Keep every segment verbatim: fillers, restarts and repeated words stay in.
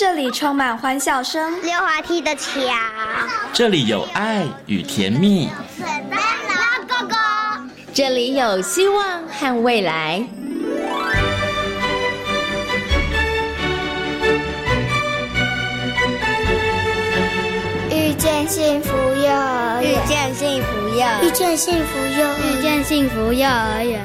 这里充满欢笑声， 溜滑梯的桥， 这里有爱与甜蜜， 水灯笼哥哥， 这里有希望和未来。 遇见幸福幼儿园， 遇见幸福幼儿园， 遇见幸福幼儿园， 遇见幸福幼儿园。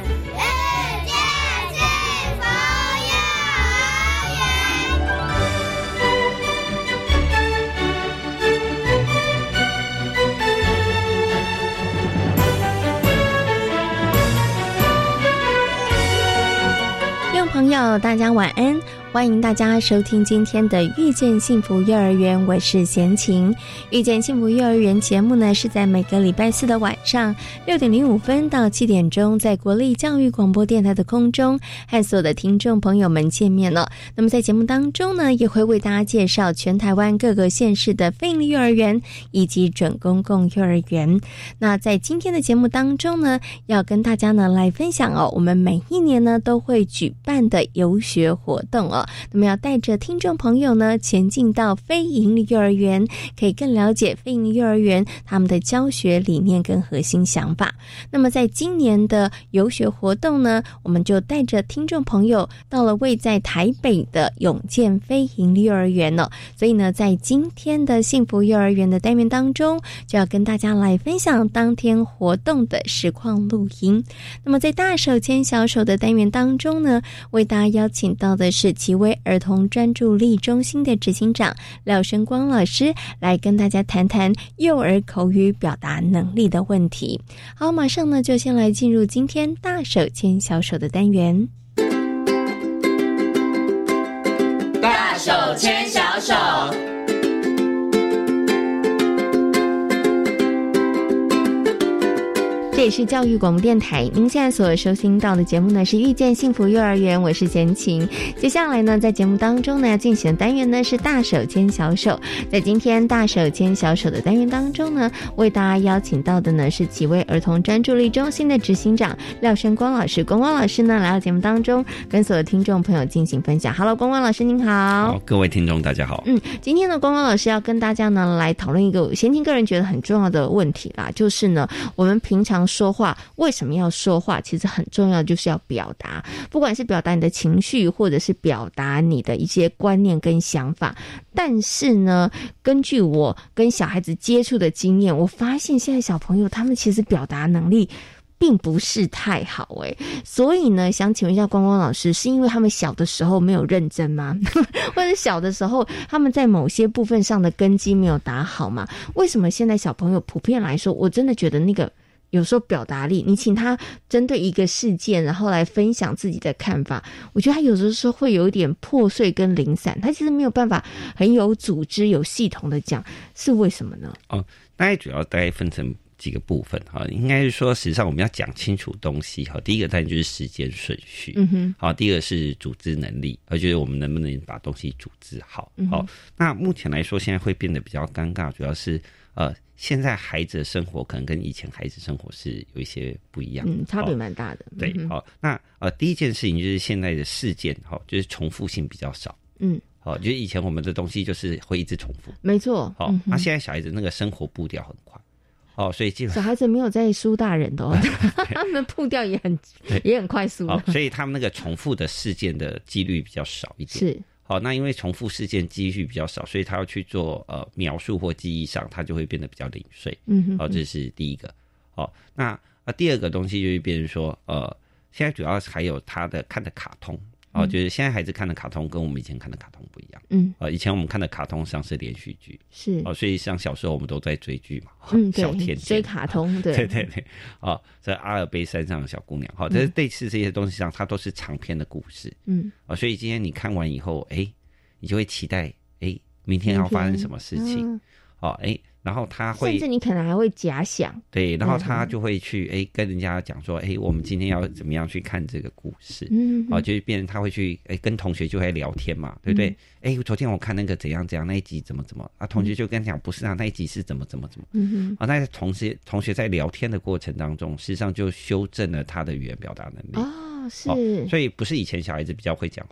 朋友大家晚安，欢迎大家收听今天的遇见幸福幼儿园，我是贤琴。遇见幸福幼儿园节目呢，是在每个礼拜四的晚上六点零五分到七点钟，在国立教育广播电台的空中和所有的听众朋友们见面了。那么在节目当中呢，也会为大家介绍全台湾各个县市的非营利幼儿园以及准公共幼儿园。那在今天的节目当中呢，要跟大家呢来分享哦，我们每一年呢都会举办的游学活动哦。那么要带着听众朋友呢前进到非营利幼儿园，可以更了解非营利幼儿园他们的教学理念跟核心想法。那么在今年的游学活动呢，我们就带着听众朋友到了位在台北的永健非营利幼儿园了。所以呢，在今天的幸福幼儿园的单元当中，就要跟大家来分享当天活动的实况录音。那么在大手牵小手的单元当中呢，为大家邀请到的是奇威儿童专注力中心的执行长廖笙光老师，来跟大家谈谈幼儿口语表达能力的问题。好，马上呢就先来进入今天大手牵小手的单元。 大手牵小手。 这里是教育广播电台，您现在所收听到的节目呢是遇见幸福幼儿园，我是贤琴。接下来呢，在节目当中呢要进行的单元呢是大手牵小手。在今天大手牵小手的单元当中呢，为大家邀请到的呢是奇威儿童专注力中心的执行长廖笙光老师。光光老师呢来到节目当中，跟所有听众朋友进行分享。Hello， 光光老师您好。 好，各位听众大家好。 嗯，今天呢，光光老师要跟大家呢来讨论一个贤琴个人觉得很重要的问题啦，就是呢，我们平常说话为什么要说话，其实很重要，就是要表达，不管是表达你的情绪，或者是表达你的一些观念跟想法。但是呢，根据我跟小孩子接触的经验，我发现现在小朋友他们其实表达能力并不是太好诶，所以呢，想请问一下光光老师，是因为他们小的时候没有认真吗？或者小的时候他们在某些部分上的根基没有打好吗？为什么现在小朋友普遍来说，我真的觉得那个有时候表达力，你请他针对一个事件然后来分享自己的看法，我觉得他有的时候会有一点破碎跟零散，他其实没有办法很有组织有系统的讲，是为什么呢？ 哦，大概主要大概分成几个部分哈，应该是说实际上我们要讲清楚东西哈。第一个当然就是时间顺序，嗯哼，好，第二个是组织能力，而就是我们能不能把东西组织好。好、嗯，那目前来说现在会变得比较尴尬，主要是呃。现在孩子的生活可能跟以前孩子生活是有一些不一样， 嗯，差别蛮大的。 对，好、嗯，那呃，第一件事情就是现在的事件，哈，就是重复性比较少，嗯，好，就是以前我们的东西就是会一直重复， 没错， 好，那、嗯啊、现在小孩子那个生活步调很快，哦，所以基本上小孩子没有在输大人的哦，他们步调也很也很快速， 好，所以他们那个重复的事件的几率比较少一点， 是。 好，那因为重复事件几率比较少，所以他要去做呃描述或记忆上，他就会变得比较零碎。嗯哼，好，这是第一个。好，那呃第二个东西就是变成说，呃，现在主要还有他的看的卡通。哦，就是现在孩子看的卡通跟我们以前看的卡通不一样。嗯，呃，以前我们看的卡通像是连续剧，是哦，所以像小时候我们都在追剧嘛，嗯，小甜甜追卡通，对， 对对对，哦，在阿尔卑山上的小姑娘，好、哦，这是类似这些东西上，它都是长篇的故事，嗯，啊、哦，所以今天你看完以后，哎，你就会期待，哎，明天要发生什么事情，嗯、哦，哎。然后他会， 甚至你可能还会假想， 对，然后他就会去哎跟人家讲说，哎，我们今天要怎么样去看这个故事，嗯，啊，就变成他会去哎跟同学就会聊天嘛，对不对？哎、嗯，昨天我看那个怎样怎样那一集怎么怎么啊，同学就跟他讲不是啊，那一集是怎么怎么怎么，嗯啊，那同学同学在聊天的过程当中，实际上就修正了他的语言表达能力， 哦，是， 哦，所以不是以前小孩子比较会讲话。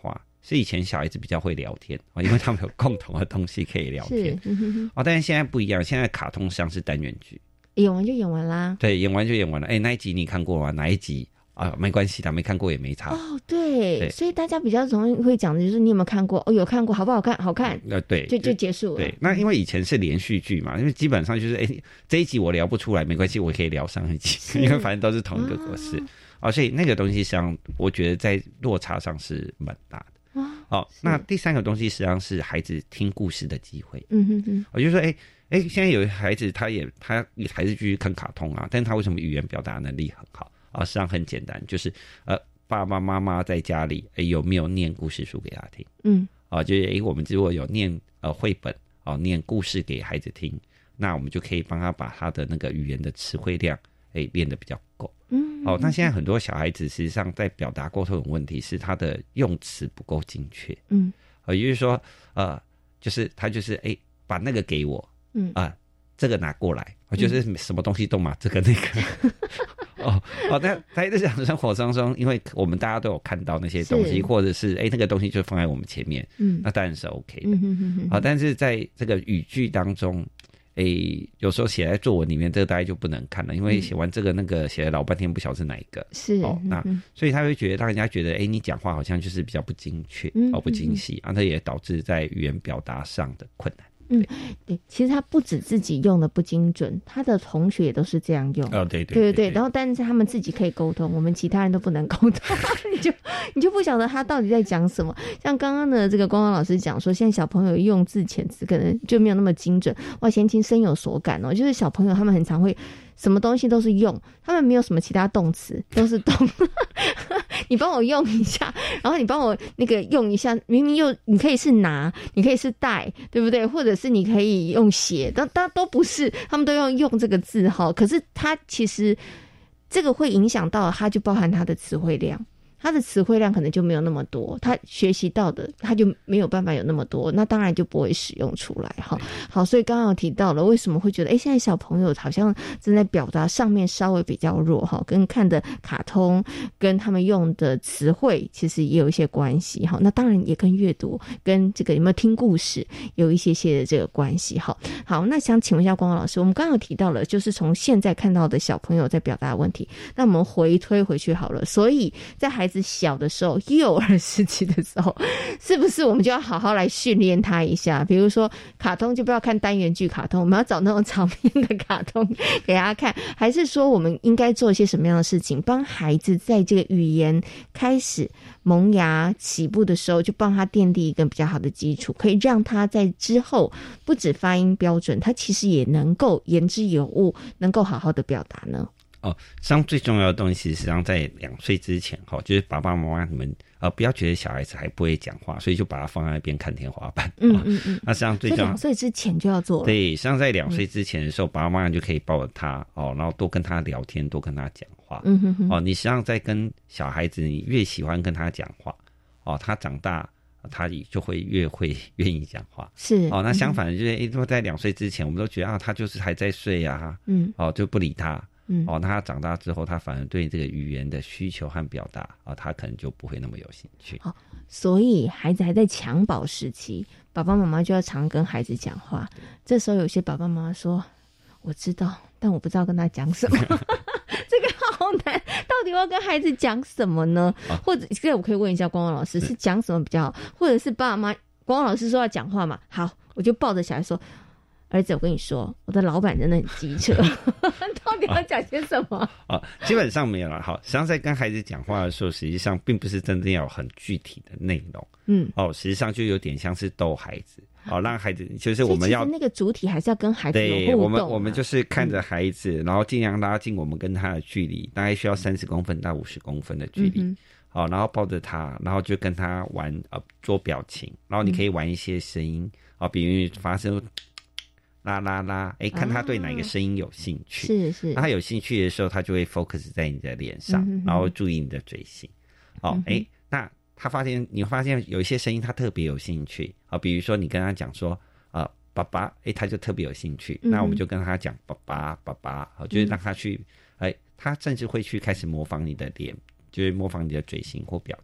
所以以前小孩子比较会聊天，因为他们有共同的东西可以聊天。 是哦，但是现在不一样，现在卡通上是单元剧， 演完就演完啦。 对，演完就演完了。哎，那一集你看过吗？哪一集？啊，没关系的，没看过也没差。 哦，对， 对， 所以大家比较容易会讲的就是你有没有看过？哦，有看过，好不好看？好看。 呃，对， 就就结束了。 对，那因为以前是连续剧嘛，因为基本上就是哎，这一集我聊不出来，没关系，我可以聊上一集，因为反正都是同一个故事。哦，所以那个东西上，我觉得在落差上是蛮大的。哦，那第三个东西实际上是孩子听故事的机会。 嗯哼哼， 我就说，哎哎，现在有的孩子他也他也还是继续看卡通啊，但是他为什么语言表达能力很好？啊，实际上很简单，就是呃，爸爸妈妈在家里，诶有没有念故事书给他听？嗯，啊，就是诶我们如果有念呃绘本，啊，念故事给孩子听，那我们就可以帮他把他的那个语言的词汇量，诶练得比较够。嗯，哦，那现在很多小孩子实际上在表达沟通有问题，是他的用词不够精确。嗯，啊，也就是说，呃，就是他就是诶把那个给我，嗯啊。这个拿过来，我就是什么东西都嘛，这个那个。哦哦，但在日常生活当中，因为我们大家都有看到那些东西，或者是哎那个东西就放在我们前面，嗯，那当然是 OK 的。嗯啊，但是在这个语句当中，哎，有时候写在作文里面，这个大家就不能看了，因为写完这个那个写了老半天，不晓得是哪一个。是哦，那所以他会觉得让人家觉得，哎，你讲话好像就是比较不精确，哦，不精细，啊，这也导致在语言表达上的困难。 嗯，对，其实他不止自己用的不精准，他的同学也都是这样用。 哦，对对对, 对对对。然后，但是他们自己可以沟通，我们其他人都不能沟通，你就你就不晓得他到底在讲什么。像刚刚的这个光光老师讲说，现在小朋友用字遣词可能就没有那么精准。哇，贤琴深有所感哦，就是小朋友他们很常会什么东西都是用，他们没有什么其他动词，都是动。你帮我用一下，然后你帮我那个用一下，明明又你可以是拿，你可以是带，对不对？或者是你可以用写，但但都不是，他们都用用这个字哈。可是他其实这个会影响到，他就包含他的词汇量。他的词汇量可能就没有那么多，他学习到的他就没有办法有那么多，那当然就不会使用出来哈。好，所以刚刚有提到了为什么会觉得，哎，现在小朋友好像正在表达上面稍微比较弱哈，跟看的卡通跟他们用的词汇其实也有一些关系哈。那当然也跟阅读跟这个有没有听故事有一些些的这个关系哈。好，那想请问一下光光老师，我们刚刚有提到了，就是从现在看到的小朋友在表达的问题，那我们回推回去好了，所以在孩子小的时候，幼儿时期的时候，是不是我们就要好好来训练他一下？比如说卡通就不要看单元剧卡通，我们要找那种场面的卡通给他看，还是说我们应该做一些什么样的事情，帮孩子在这个语言开始萌芽起步的时候，就帮他奠定一个比较好的基础，可以让他在之后不止发音标准，他其实也能够言之有物，能够好好的表达呢？ 哦，实际上最重要的东西，实际上在两岁之前，哈，就是爸爸妈妈你们呃不要觉得小孩子还不会讲话，所以就把他放在那边看天花板。嗯嗯嗯。那实际上最重要， 两岁之前就要做了。 对，实际上在两岁之前的时候，嗯、爸爸妈妈就可以抱着他哦，然后多跟他聊天，多跟他讲话。嗯哼哼。哦，你实际上在跟小孩子，你越喜欢跟他讲话，哦，他长大。他就会越会愿意讲话，是哦。那相反的，就是诶，如果在两岁之前，我们都觉得啊，他就是还在睡啊，嗯，哦，就不理他，嗯，哦，那他长大之后，他反而对这个语言的需求和表达啊，他可能就不会那么有兴趣。 哦，所以孩子还在襁褓时期，爸爸妈妈就要常跟孩子讲话。这时候有些爸爸妈妈说：“我知道，但我不知道跟他讲什么。”这个好难，到底我要跟孩子讲什么呢？啊、或者这个我可以问一下光光老师，是讲什么比较好？或者是爸妈，光光老师说要讲话嘛？好，我就抱着小孩说：“儿子，我跟你说，我的老板真的很机车，到底要讲些什么？” 啊，基本上没有了。好，实际上在跟孩子讲话的时候，实际上并不是真正要有很具体的内容。嗯，哦，实际上就有点像是逗孩子。哦，让孩子就是我们要那个主体还是要跟孩子有互动、啊。 对，我们我们就是看着孩子，嗯、然后尽量拉近我们跟他的距离，大概需要三十公分到五十公分的距离。嗯、好，然后抱着他，然后就跟他玩呃做表情，然后你可以玩一些声音啊、嗯，比如发生啦啦啦，哎，看他对哪个声音有兴趣。是、啊、是。他有兴趣的时候，他就会 focus 在你的脸上，嗯、然后注意你的嘴型。哦，哎、嗯，那。他发现，你发现有一些声音他特别有兴趣啊，比如说你跟他讲说，呃，爸爸，哎，他就特别有兴趣，嗯、那我们就跟他讲爸爸，爸爸，啊，就是让他去，哎，他甚至会去开始模仿你的脸，就是模仿你的嘴型或表情，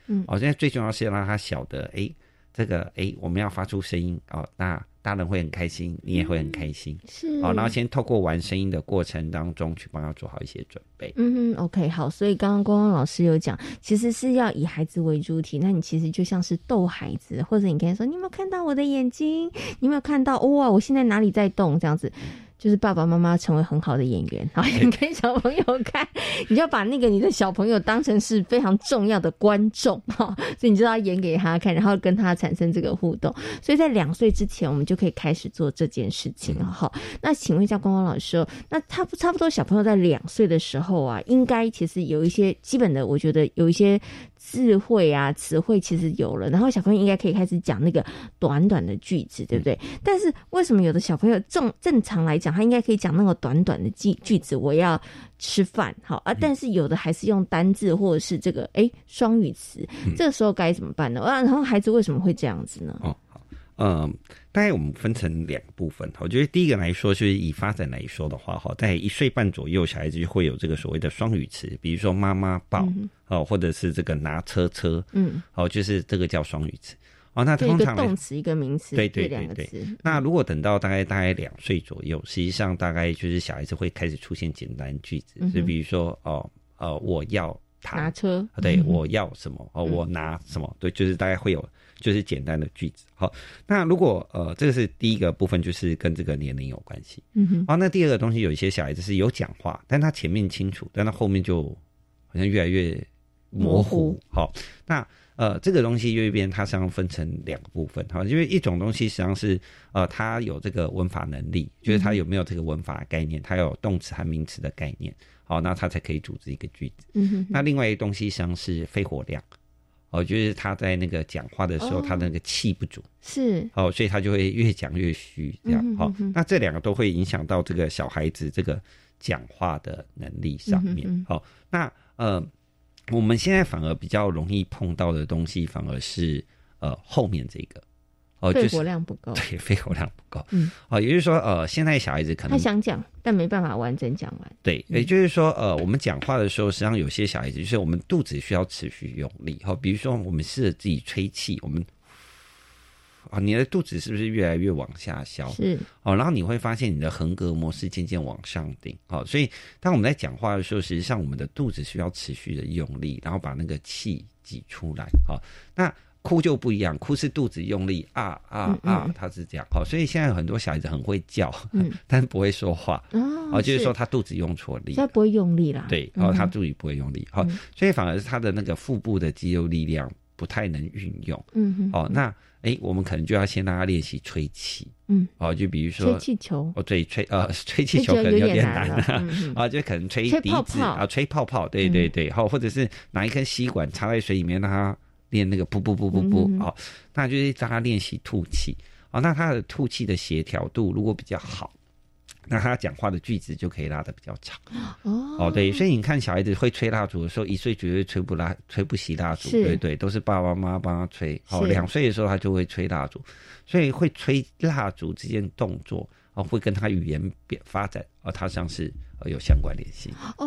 嗯，哦，现在最重要是让他晓得，哎，这个哎，我们要发出声音哦，那大人会很开心，你也会很开心， 嗯、是哦，然后先透过玩声音的过程当中去帮他做好一些准备。 嗯 ，OK， 好，所以刚刚光光老师有讲，其实是要以孩子为主体，那你其实就像是逗孩子，或者你跟他说，你有没有看到我的眼睛？你有没有看到哇，我现在哪里在动？这样子。就是爸爸妈妈成为很好的演员，然后演给小朋友看，你就要把那个你的小朋友当成是非常重要的观众哈，所以你就要演给他看，然后跟他产生这个互动。所以在两岁之前，我们就可以开始做这件事情了哈。那请问一下光光老师，那差不差不多小朋友在两岁的时候啊，应该其实有一些基本的，我觉得有一些智慧啊、词汇其实有了，然后小朋友应该可以开始讲那个短短的句子，对不对？嗯、但是为什么有的小朋友正正常来讲，他应该可以讲那个短短的句句子，我要吃饭，好啊，但是有的还是用单字或者是这个哎双语词，嗯、这个时候该怎么办呢？啊，然后孩子为什么会这样子呢？ 哦，好，嗯，大概我们分成两部分。我觉得第一个来说，就是以发展来说的话，哈，在一岁半左右，小孩子就会有这个所谓的双语词，比如说妈妈抱，嗯、哦，或者是这个拿车车，嗯，哦，就是这个叫双语词。哦，那通常一个动词一个名词， 对对对对。那如果等到大概大概两岁左右，实际上大概就是小孩子会开始出现简单句子，就、嗯、比如说哦呃我要他拿车， 对，嗯、我要什么哦我拿什么，对，就是大概会有就是简单的句子。好，那如果呃这个是第一个部分，就是跟这个年龄有关系。嗯哼。哦，那第二个东西有一些小孩子是有讲话，但他前面清楚，但他后面就好像越来越模糊。好，那。呃，这个东西这边它实际上分成两个部分哈，因为一种东西实际上是呃，它有这个文法能力，就是它有没有这个文法概念，它有动词和名词的概念，好，那它才可以组织一个句子。嗯哼。那另外一个东西实际上是肺活量，哦，就是他在那个讲话的时候，他、哦、那个气不足， 是， 哦，所以他就会越讲越虚，这样，好、嗯，那这两个都会影响到这个小孩子这个讲话的能力上面，好、嗯，那呃。我们现在反而比较容易碰到的东西，反而是呃后面这个哦、呃， 肺活量不够， 对，肺活量不够，嗯，哦、呃，也就是说呃，现在小孩子可能他想讲，但没办法完整讲完， 对，也、嗯、就是说呃，我们讲话的时候，实际上有些小孩子就是我们肚子需要持续用力，好、哦，比如说我们试着自己吹气，我们。啊，你的肚子是不是越来越往下消？ 是哦，然后你会发现你的横膈膜是渐渐往上顶。好、哦，所以当我们在讲话的时候，实际上我们的肚子需要持续的用力，然后把那个气挤出来。好、哦，那哭就不一样，哭是肚子用力啊啊啊，它是这样。好、哦，所以现在有很多小孩子很会叫，嗯、但是不会说话。哦，哦就是说他肚子用错力， 他不会用力啦。 对，然后、哦、他肚子不会用力。好、嗯哦，所以反而是他的那个腹部的肌肉力量不太能运用。嗯哼。哦，那。哎，我们可能就要先让他练习吹气，嗯，哦，就比如说吹气球， 哦，对，吹呃吹气球可能有点难了，嗯、啊，就可能吹笛子啊，吹泡泡，对对对，好、嗯，或者是拿一根吸管插在水里面，让他练那个噗噗噗噗噗，哦，那就是让他练习吐气，哦，那他的吐气的协调度如果比较好。那他讲话的句子就可以拉得比较长哦哦，对，所以你看小孩子会吹蜡烛的时候，一岁绝对吹不蜡吹不熄蜡烛，对对，都是爸爸妈妈帮他吹。哦，两岁的时候他就会吹蜡烛，所以会吹蜡烛这件动作哦，会跟他语言发展哦，它像是呃有相关联系哦。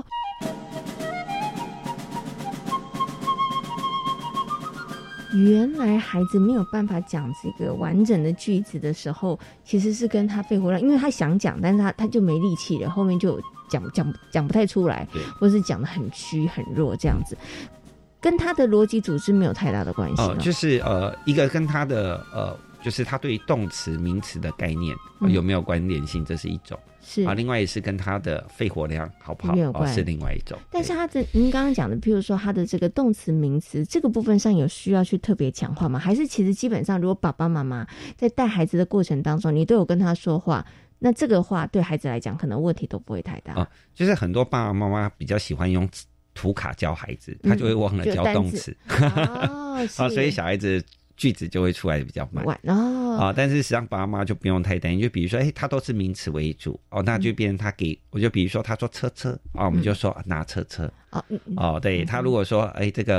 原来孩子没有办法讲这个完整的句子的时候，其实是跟他肺活量，因为他想讲，但是他他就没力气了，后面就讲讲讲不太出来，或是讲得很虚很弱这样子，跟他的逻辑组织没有太大的关系。哦， 就是呃，一个跟他的呃，就是他对动词、名词的概念、呃、有没有关联性，这是一种。是啊，另外也是跟他的肺活量好不好有关、哦、是另外一种。 但是他的您刚刚讲的，譬如说他的这个动词名词这个部分上有需要去特别强化吗？还是其实基本上如果爸爸妈妈在带孩子的过程当中，你都有跟他说话，那这个话对孩子来讲可能问题都不会太大、 哦、就是很多爸爸妈妈比较喜欢用图卡教孩子，他就会忘了教动词、嗯、哦, 哦，所以小孩子句子就会出来的比较慢哦、啊，但是实际上爸妈就不用太担心，就比如说，哎，他都是名词为主哦，那就变成他给、嗯、我就比如说他说车车啊，我们就说、嗯、拿车车哦、嗯、哦，对、嗯、他如果说哎这个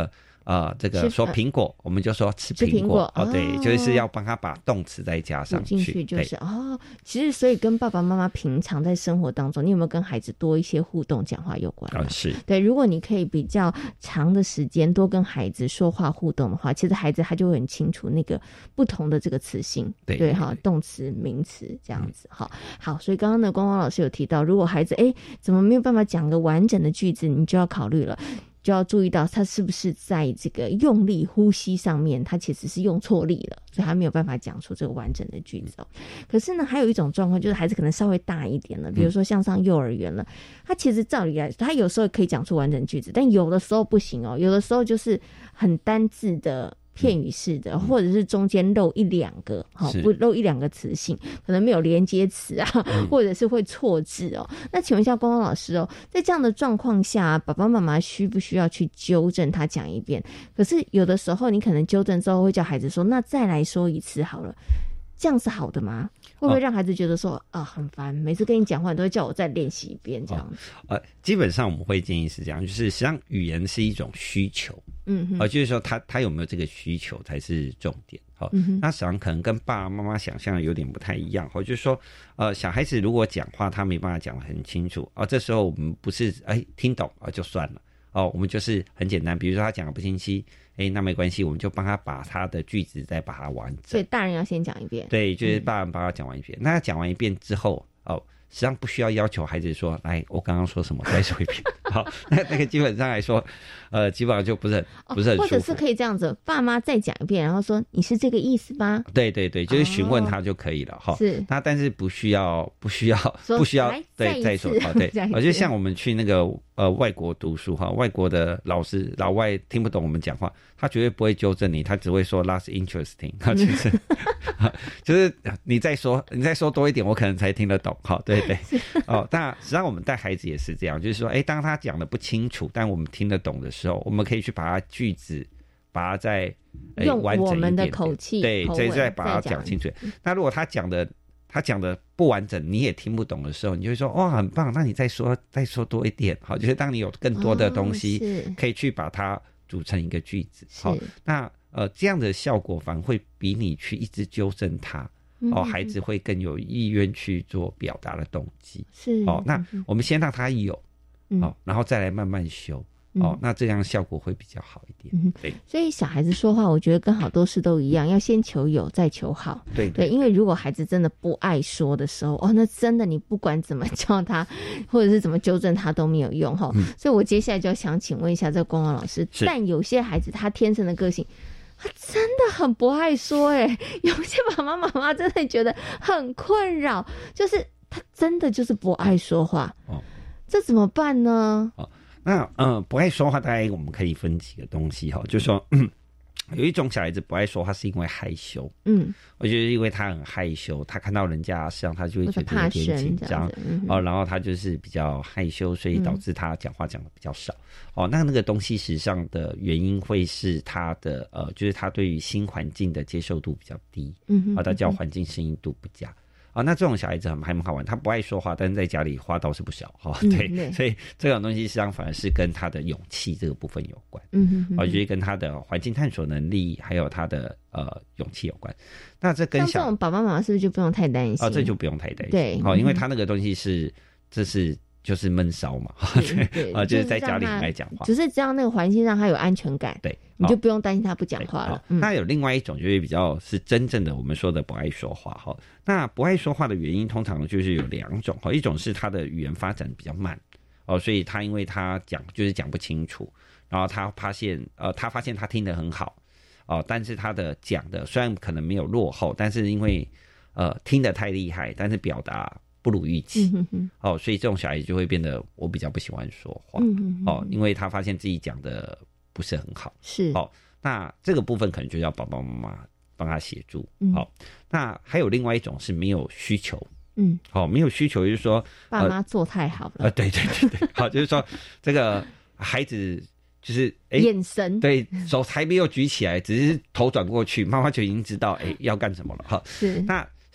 呃，这个说苹果，我们就说吃苹果哦，哦，对，就是要帮他把动词再加上去， 进去就是哦。其实，所以跟爸爸妈妈平常在生活当中，你有没有跟孩子多一些互动讲话有关？ 啊、哦，是对。如果你可以比较长的时间多跟孩子说话互动的话，其实孩子他就会很清楚那个不同的这个词性， 对对哈，动词、名词这样子哈、嗯。好，所以刚刚呢，光光老师有提到，如果孩子哎怎么没有办法讲个完整的句子，你就要考虑了。就要注意到他是不是在这个用力呼吸上面，他其实是用错力了，所以他没有办法讲出这个完整的句子哦。可是呢，还有一种状况就是孩子可能稍微大一点了，比如说像上幼儿园了，他其实照理来说，他有时候可以讲出完整句子，但有的时候不行哦，有的时候就是很单字的。片语式的，或者是中间漏一两个，好不漏一两个词性，可能没有连接词啊，嗯、或者是会错字哦。那请问一下光光老师哦，在这样的状况下，爸爸妈妈需不需要去纠正他讲一遍？可是有的时候你可能纠正之后会叫孩子说，那再来说一次好了。这样是好的吗？会不会让孩子觉得说、哦、啊很烦，每次跟你讲话你都会叫我再练习一遍这样子、 哦？呃，基本上我们会建议是这样，就是实际上语言是一种需求， 嗯哼， 呃，就是说他他有没有这个需求才是重点。好、哦嗯，那实际上可能跟爸爸妈妈想象的有点不太一样。或、哦、就是说，呃，小孩子如果讲话他没办法讲得很清楚，啊、哦，这时候我们不是哎听懂啊、哦、就算了。哦，我们就是很简单，比如说他讲的不清晰，哎，那没关系，我们就帮他把他的句子再把它完整。 所以大人要先讲一遍。 对，就是大人帮他讲完一遍。嗯、那他讲完一遍之后，哦，实际上不需要要求孩子说，来，我刚刚说什么，再说一遍。好，那那个基本上来说，呃，基本上就不是很、哦、不是很舒服。 或者是可以这样子，爸妈再讲一遍，然后说你是这个意思吗？ 对对对，就是询问他就可以了哈、哦。是。那但是不需要不需要不需要对再说哦对，我就像我们去那个。呃，外国读书哈，外国的老师老外听不懂我们讲话，他绝对不会纠正你，他只会说 "That's interesting"， 就是、就是你再说你再说多一点，我可能才听得懂。好，对对，哦，那实际上我们带孩子也是这样，就是说，哎，当他讲的不清楚，但我们听得懂的时候，我们可以去把他句子，把它再用我们的口气， 对，再再把它讲讲清楚。那如果他讲的他讲的不完整，你也听不懂的时候，你就会说哇很棒，那你再说再说多一点。好，就是当你有更多的东西、哦、可以去把它组成一个句子。好，那呃这样的效果反而会比你去一直纠正他、嗯、哦，孩子会更有意愿去做表达的动机。 是哦，那我们先让他有、嗯、哦，然后再来慢慢修。哦，那这样效果会比较好一点。嗯，对。 所以小孩子说话，我觉得跟好多事都一样，要先求有，再求好。 对对, 对，因为如果孩子真的不爱说的时候，哦，那真的你不管怎么教他，或者是怎么纠正他都没有用哈、嗯。所以我接下来就想请问一下这个光光老师，但有些孩子他天生的个性，他真的很不爱说、欸，哎，有些爸爸妈妈真的觉得很困扰，就是他真的就是不爱说话。哦，这怎么办呢？ 哦。那呃不爱说话，大概我们可以分几个东西哈，就是说、嗯、有一种小孩子不爱说话是因为害羞，嗯，我觉得因为他很害羞，他看到人家实际上他就会觉得有点紧张、嗯、哦，然后他就是比较害羞，所以导致他讲话讲的比较少、嗯、哦。那那个东西实际上的原因会是他的呃，就是他对于新环境的接受度比较低，嗯，啊、哦，他叫环境适应度不佳。啊、哦，那这种小孩子很还蛮好玩，他不爱说话，但是在家里话倒是不小哈、哦。对、嗯，所以这种东西实际上反而是跟他的勇气这个部分有关。嗯嗯，啊、哦，就是跟他的环境探索能力，还有他的呃勇气有关。那这跟像这种爸爸妈妈是不是就不用太担心？ 啊、哦，这就不用太担心。 对， 哦，因为他那个东西是，这是。就是闷骚嘛，对，对啊，就是在家里很爱讲话， 只是这样那个环境让他有安全感， 对， 你就不用担心他不讲话了。嗯、 那有另外一种就是比较是真正的我们说的不爱说话哈。那不爱说话的原因通常就是有两种哈，一种是他的语言发展比较慢哦，所以他因为他讲就是讲不清楚，然后他发现呃他发现他听得很好哦，但是他的讲的虽然可能没有落后，但是因为呃听得太厉害，但是表达不如预期、嗯、哼哼哦，所以这种小孩就会变得我比较不喜欢说话、嗯、哼哼哦，因为他发现自己讲的不是很好， 是哦，那这个部分可能就要爸爸妈妈帮他协助。嗯，好、哦，那还有另外一种是没有需求，嗯，好、哦，没有需求就是说爸妈做太好了， 呃，对对对对，好，就是说这个孩子就是眼神对手还没有举起来，只是头转过去，妈妈就已经知道哎要干什么了哈。 是， 那实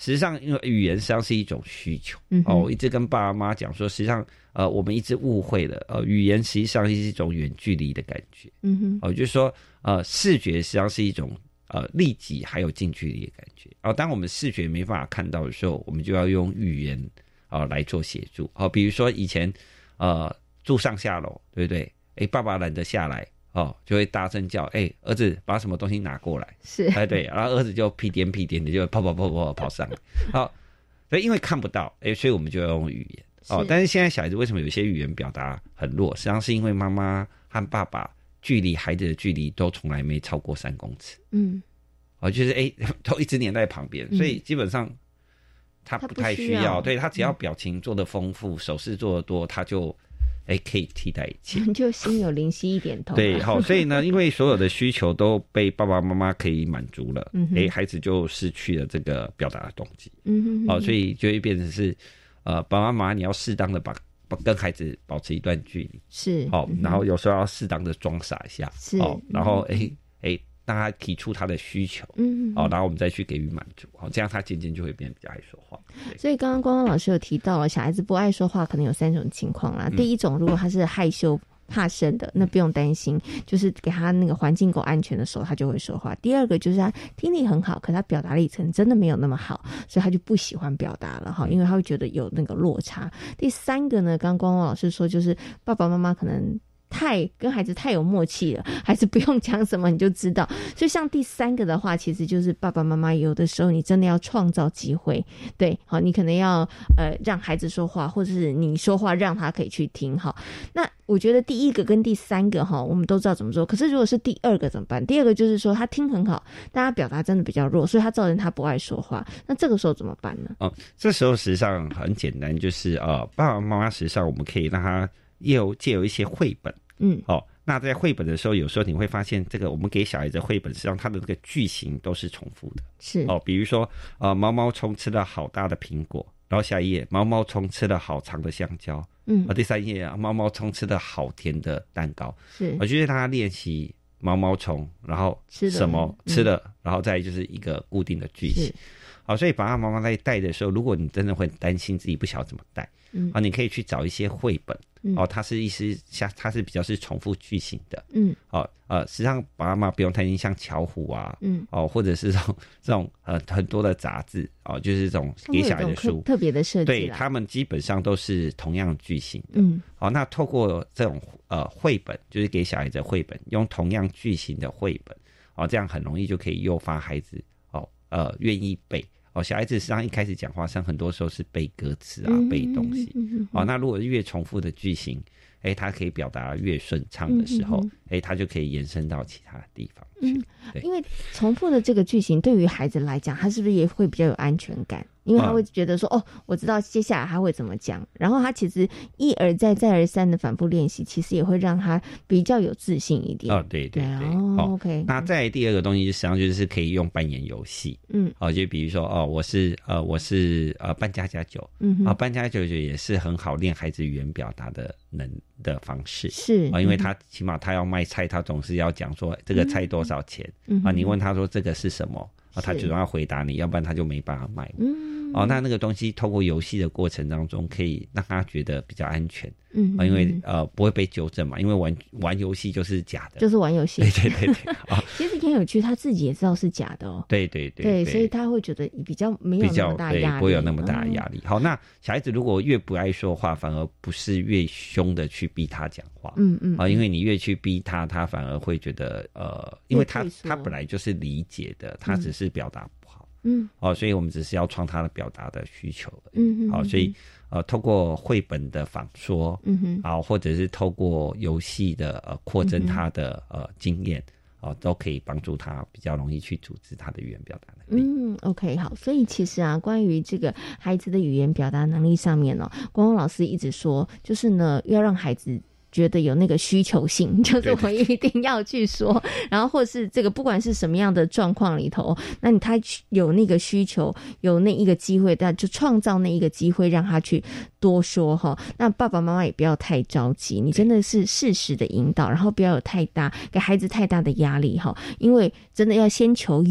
实际上，因为语言实际上是一种需求。 嗯、 哦，我一直跟爸爸妈妈讲说，实际上，呃，我们一直误会了，呃，语言实际上是一种远距离的感觉。 嗯哼， 哦，就是说，呃，视觉实际上是一种呃立即还有近距离的感觉。哦，当我们视觉没办法看到的时候，我们就要用语言啊、呃、来做协助。哦，比如说以前呃住上下楼，对不对？哎，爸爸懒得下来。哦，就会大声叫，哎、欸，儿子把什么东西拿过来， 是， 哎对，然后儿子就屁颠屁颠的就跑跑跑跑跑上来，好，所以因为看不到，哎、欸，所以我们就要用语言，哦，但是现在小孩子为什么有些语言表达很弱？实际上是因为妈妈和爸爸距离孩子的距离都从来没超过三公尺， 嗯， 哦，就是哎、欸，都一直黏在旁边，所以基本上他不太需要， 他不需要对他只要表情做得丰富，嗯、手势做得多，他就。哎，可以替代一切， 就心有灵犀一点通、啊。 对，好，所以呢，因为所有的需求都被爸爸妈妈可以满足了，嗯，哎，孩子就失去了这个表达的动机， 嗯哼哼， 哦，所以就会变成是，呃，爸爸妈妈你要适当的把跟孩子保持一段距离， 是， 好、哦，然后有时候要适当的装傻一下， 是， 哦，然后哎哎。让他提出他的需求， 嗯， 好、哦，然后我们再去给予满足，好、哦，这样他渐渐就会变得比较爱说话。 所以刚刚光光老师有提到了，小孩子不爱说话可能有三种情况啦。嗯、第一种，如果他是害羞怕生的，那不用担心，就是给他那个环境够安全的时候，他就会说话。第二个就是他听力很好，可他表达力可能真的没有那么好，所以他就不喜欢表达了哈，因为他会觉得有那个落差。第三个呢，刚刚光光老师说，就是爸爸妈妈可能。太跟孩子太有默契了，孩子不用讲什么你就知道。所以像第三个的话，其实就是爸爸妈妈有的时候你真的要创造机会，对，好，你可能要呃让孩子说话，或者是你说话让他可以去听。好，那我觉得第一个跟第三个哈，我们都知道怎么做。可是如果是第二个怎么办？第二个就是说他听很好，但他表达真的比较弱，所以他造成他不爱说话。那这个时候怎么办呢？ 哦，这时候实际上很简单，就是呃爸爸妈妈实际上我们可以让他借由借由一些绘本。 嗯， 哦，那在绘本的时候，有时候你会发现，这个我们给小孩子绘本，实际上它的这个句型都是重复的。 是哦，比如说，呃，毛毛虫吃了好大的苹果，然后下一页，毛毛虫吃了好长的香蕉， 嗯， 啊，第三页啊，毛毛虫吃了好甜的蛋糕。 是， 我觉得他练习毛毛虫，然后什么吃了，嗯、然后再就是一个固定的句型。好，所以爸爸妈妈在带的时候，如果你真的会担心自己不晓得怎么带，嗯，啊，你可以去找一些绘本。嗯、哦，它是意思像它是比较是重复句型的， 嗯， 哦，呃，实际上爸爸妈妈不用担心像巧虎啊，嗯，哦，或者是这种这种呃很多的杂志，哦，就是这种给小孩的书， 特别的设计， 对，他们基本上都是同样句型的， 嗯， 好、哦，那透过这种呃绘本，就是给小孩子的绘本，用同样句型的绘本，哦，这样很容易就可以诱发孩子，哦，呃，愿意背。哦，小孩子实际上一开始讲话上很多时候是背歌词啊，嗯、背东西。嗯嗯、哦，那如果越重复的句型，哎，他可以表达越顺畅的时候，哎、嗯，他就可以延伸到其他的地方去。 嗯，因为重复的这个句型对于孩子来讲，他是不是也会比较有安全感？因为他会觉得说，嗯、哦，我知道接下来他会怎么讲，然后他其实一而再、再而三的反复练习，其实也会让他比较有自信一点。 哦，对对对。 哦、哦 ，OK。 那再来第二个东西，实际上就是可以用扮演游戏。 嗯。 哦，就比如说，哦，我是呃，我是呃，扮家家酒。 嗯。 啊，扮家家酒也是很好练孩子语言表达的能的方式。 是。 啊，因为他起码他要卖菜，他总是要讲说这个菜多少钱。 嗯。 啊，你问他说这个是什么？啊，他主要回答你，要不然他就没办法卖。 嗯， 哦，那那个东西透过游戏的过程当中，可以让他觉得比较安全。 嗯， 啊，因为呃不会被纠正嘛，因为玩玩游戏就是假的， 就是玩游戏。 对对对对。啊， 其实很有趣，他自己也知道是假的哦。 对对 对, 对, 对，所以他会觉得比较没有那么大压力， 不会有那么大的压力。哦、好，那小孩子如果越不爱说话，反而不是越凶的去逼他讲话。 嗯嗯。 啊，因为你越去逼他，他反而会觉得呃，因为他他本来就是理解的，他只是表达不好。 嗯。 哦，所以我们只是要创他的表达的需求而已。 嗯嗯。 好，所以。呃，透过绘本的仿说， 嗯哼， 啊，或者是透过游戏的呃扩增他的、嗯、呃经验，啊、呃，都可以帮助他比较容易去组织他的语言表达能力。 嗯 ，OK， 好，所以其实啊，关于这个孩子的语言表达能力上面呢、哦，光光老师一直说，就是呢，要让孩子觉得有那个需求性，就是我一定要去说，对对，然后或是这个不管是什么样的状况里头，那你他有那个需求，有那一个机会，那就创造那一个机会让他去多说哈。那爸爸妈妈也不要太着急，你真的是适时的引导，然后不要有太大给孩子太大的压力哈，因为真的要先求有。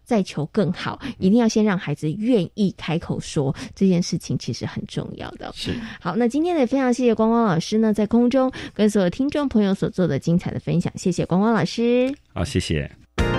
再求更好，一定要先让孩子愿意开口说这件事情，其实很重要的。 是。 好，那今天呢，非常谢谢光光老师呢，在空中跟所有听众朋友所做的精彩的分享，谢谢光光老师。 好，谢谢。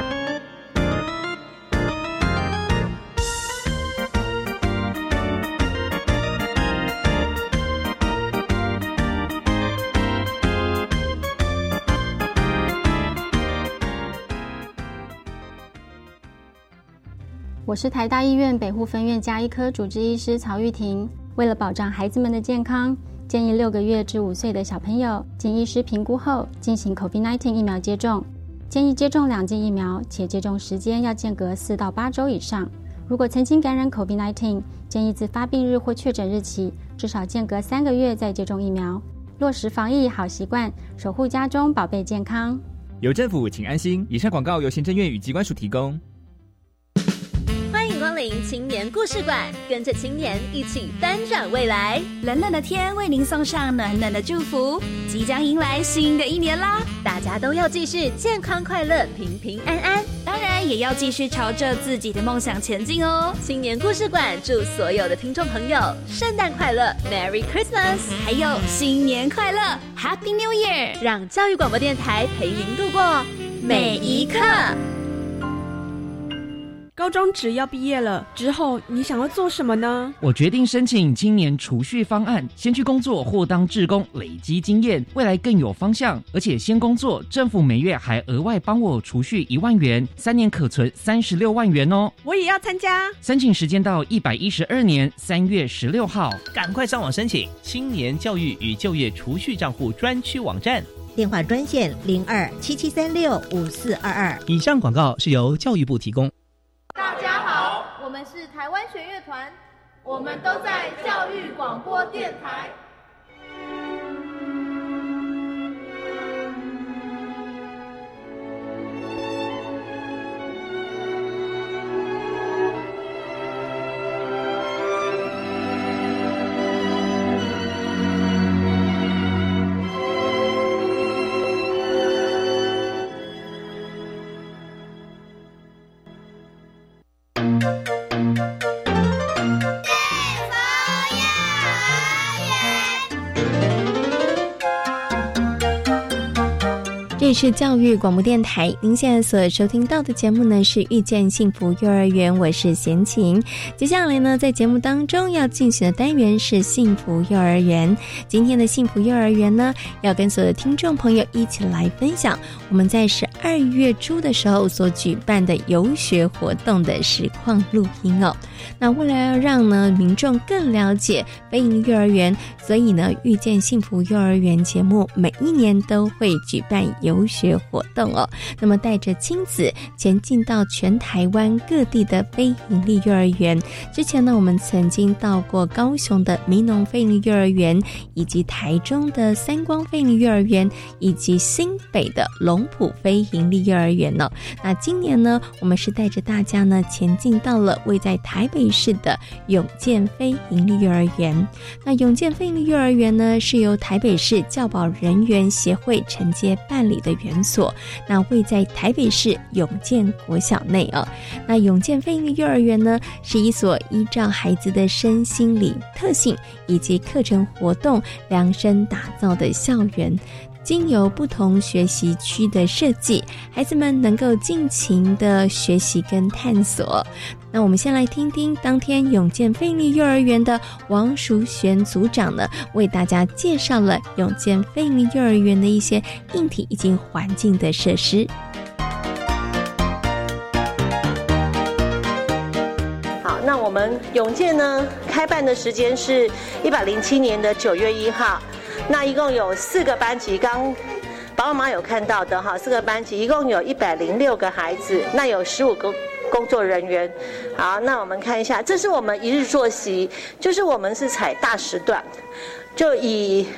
我是台大医院北护分院家医科主治医师曹玉婷。为了保障孩子们的健康，建议六个月至五岁的小朋友经医师评估后进行 COVID 十九 疫苗接种。建议接种两剂疫苗，且接种时间要间隔四到八周以上。如果曾经感染 COVID 十九，建议自发病日或确诊日起至少间隔三个月再接种疫苗。落实防疫好习惯，守护家中宝贝健康。 有政府，请安心。以上广告由行政院与疾管署提供。 欢迎光临青年故事馆，跟着青年一起翻转未来。 冷冷的天为您送上暖暖的祝福，即将迎来新的一年啦！ 大家都要继续健康快乐、平平安安， 当然也要继续朝着自己的梦想前进哦。 青年故事馆祝所有的听众朋友圣诞快乐 ，Merry Christmas， 还有新年快乐 ，Happy New Year！ 让教育广播电台陪您度过每一刻。 高中职要毕业了，之后你想要做什么呢？ 我决定申请青年储蓄方案，先去工作或当志工，累积经验，未来更有方向。而且先工作，政府每月还额外帮我储蓄一万元，三年可存三十六万元哦。 我也要参加。 申请时间到一百一十二年三月十六号， 赶快上网申请青年教育与就业储蓄账户专区网站。 电话专线零二七七三六五四二二。 以上广告是由教育部提供。 大家好，我们是台湾弦乐团，我们都在教育广播电台。 这里是教育广播电台，您现在所收听到的节目呢是遇见幸福幼儿园，我是贤琴。接下来呢，在节目当中要进行的单元是幸福幼儿园。今天的幸福幼儿园呢，要跟所有的听众朋友一起来分享我们在十二月初的时候所举办的游学活动的实况录音哦。那为了要让呢民众更了解非营利幼儿园，所以呢遇见幸福幼儿园节目每一年都会举办游学活动哦。那么带着亲子前进到全台湾各地的非营利幼儿园，之前呢我们曾经到过高雄的民农非营利幼儿园，以及台中的三光非营利幼儿园，以及新北的龙埔非营利幼儿园哦。那今年呢我们是带着大家呢前进到了位在台北市的永健非营利幼儿园。那永健非营利幼儿园呢是由台北市教保人员协会承接办理的园所，那位在台北市永健国小内哦。那永健非营利幼儿园呢是一所依照孩子的身心理特性以及课程活动量身打造的校园，经由不同学习区的设计，孩子们能够尽情的学习跟探索。那我们先来听听当天永健非营利幼儿园的王淑璇组长呢，为大家介绍了永健非营利幼儿园的一些硬体以及环境的设施。 好，那我们永健呢开办的时间是一百零七年的九月一号。那一共有四个班级，刚爸爸妈妈有看到的哈，四个班级一共有一百零六个孩子，那有十五个工作人员。好，那我们看一下，这是我们一日作息，就是我们是采大时段，就以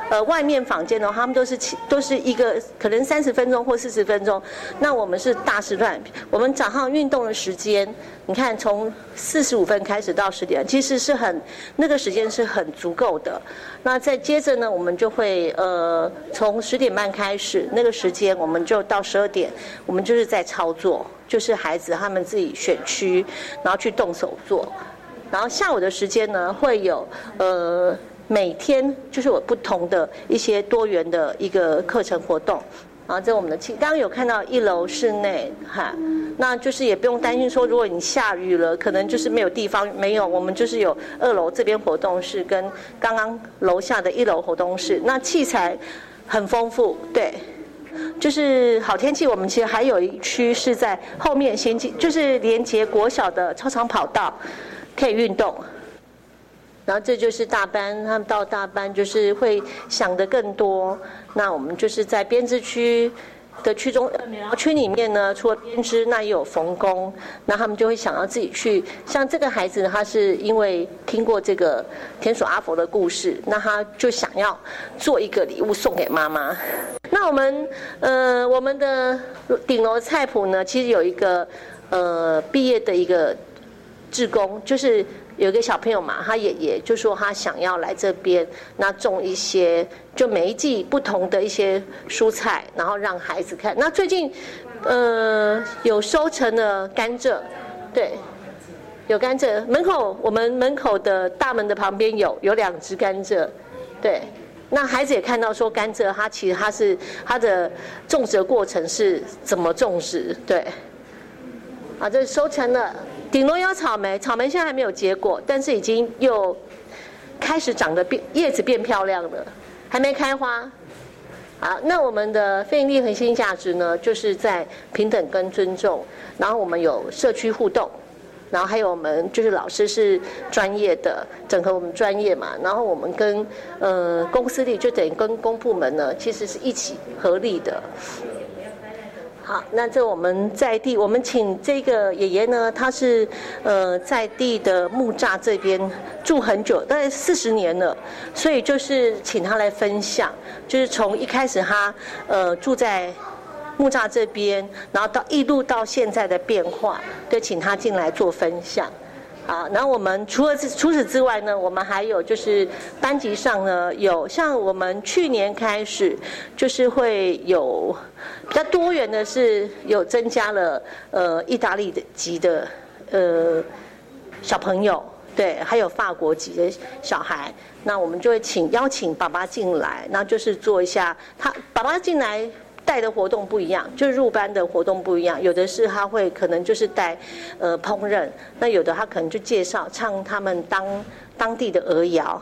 呃外面坊间的话，他们都是都是一个可能三十分钟或四十分钟，那我们是大时段，我们早上运动的时间，你看从四十五分开始到十点，其实是很那个时间是很足够的。那再接着呢，我们就会呃从十点半开始，那个时间我们就到十二点，我们就是在操作，就是孩子他们自己选区，然后去动手做。然后下午的时间呢，会有呃每天就是有不同的一些多元的一个课程活动。然后这我们的刚刚有看到一楼室内哈，那就是也不用担心说如果你下雨了，可能就是没有地方，没有，我们就是有二楼这边活动室跟刚刚楼下的一楼活动室，那器材很丰富，对，就是好天气，我们其实还有一区是在后面衔接，就是连接国小的操场跑道，可以运动。然后这就是大班，他们到大班就是会想得更多。那我们就是在编织区的区中区里面呢，除了编织，那也有缝工。那他们就会想要自己去，像这个孩子，他是因为听过这个田鼠阿佛的故事，那他就想要做一个礼物送给妈妈。那我们呃，我们的顶楼菜谱呢，其实有一个呃毕业的一个志工，就是有一个小朋友嘛，他爷爷就说他想要来这边，那种一些就每一季不同的一些蔬菜，然后让孩子看。那最近呃有收成的甘蔗，对，有甘蔗。门口我们门口的大门的旁边有有两只甘蔗，对。那孩子也看到说甘蔗，它其实它是它的种植的过程是怎么种植，对。啊，这收成了。顶楼有草莓，草莓现在还没有结果，但是已经又开始长得变叶子变漂亮了，还没开花。好，那我们的非营利核心价值呢，就是在平等跟尊重，然后我们有社区互动，然后还有我们就是老师是专业的，整合我们专业嘛，然后我们跟呃公司力就等于跟公部门呢，其实是一起合力的。好，那这我们在地，我们请这个爷爷呢，他是呃在地的木栅这边住很久，大概四十年了，所以就是请他来分享，就是从一开始他呃住在木栅这边，然后到一路到现在的变化，对，请他进来做分享。好，然后我们除了除此之外呢，我们还有就是班级上呢有像我们去年开始就是会有比较多元的是有增加了呃意大利的籍的呃小朋友，对，还有法国籍的小孩，那我们就会请邀请爸爸进来，那就是做一下他爸爸进来。带的活动不一样，就是入班的活动不一样，有的是他会可能就是带呃烹饪，那有的他可能就介绍唱他们当当地的儿谣。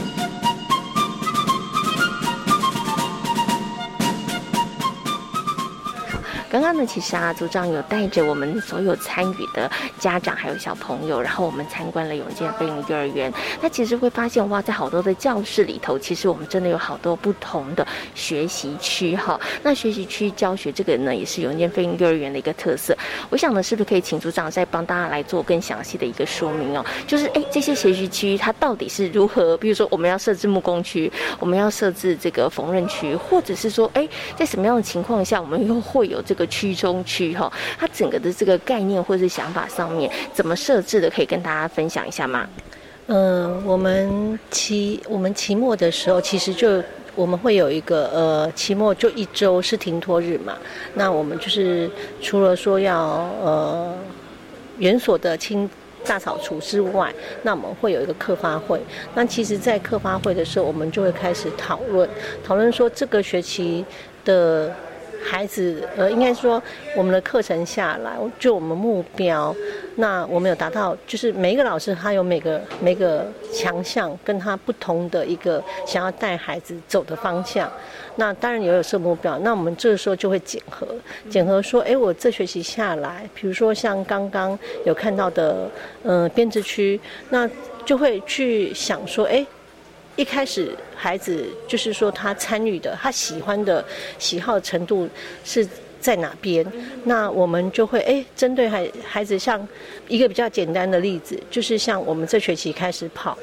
刚刚呢，其实啊，组长有带着我们所有参与的家长还有小朋友，然后我们参观了永健非营幼儿园。那其实会发现哇，在好多的教室里头，其实我们真的有好多不同的学习区哈。那学习区教学这个呢，也是永健非营幼儿园的一个特色。我想呢，是不是可以请组长再帮大家来做更详细的一个说明哦？就是哎，这些学习区它到底是如何？比如说我们要设置木工区，我们要设置这个缝纫区，或者是说哎，在什么样的情况下，我们又会有这个区中区哈，它整个的这个概念或是想法上面怎么设置的，可以跟大家分享一下吗？ 嗯、呃，我们期我们期末的时候，其实就我们会有一个呃期末就一周是停托日嘛，那我们就是除了说要呃园所的清大扫除之外，那我们会有一个课发会。那其实，在课发会的时候，我们就会开始讨论讨论说这个学期的。孩子，呃，应该说我们的课程下来，就我们目标，那我们有达到，就是每一个老师他有每个每个强项，跟他不同的一个想要带孩子走的方向。那当然也有设目标，那我们这个时候就会检核，检核说，哎，我这学期下来，比如说像刚刚有看到的，呃，编织区，那就会去想说，哎。一开始孩子就是说他参与的他喜欢的喜好程度是在哪边，那我们就会哎针对孩孩子，像一个比较简单的例子，就是像我们这学期开始跑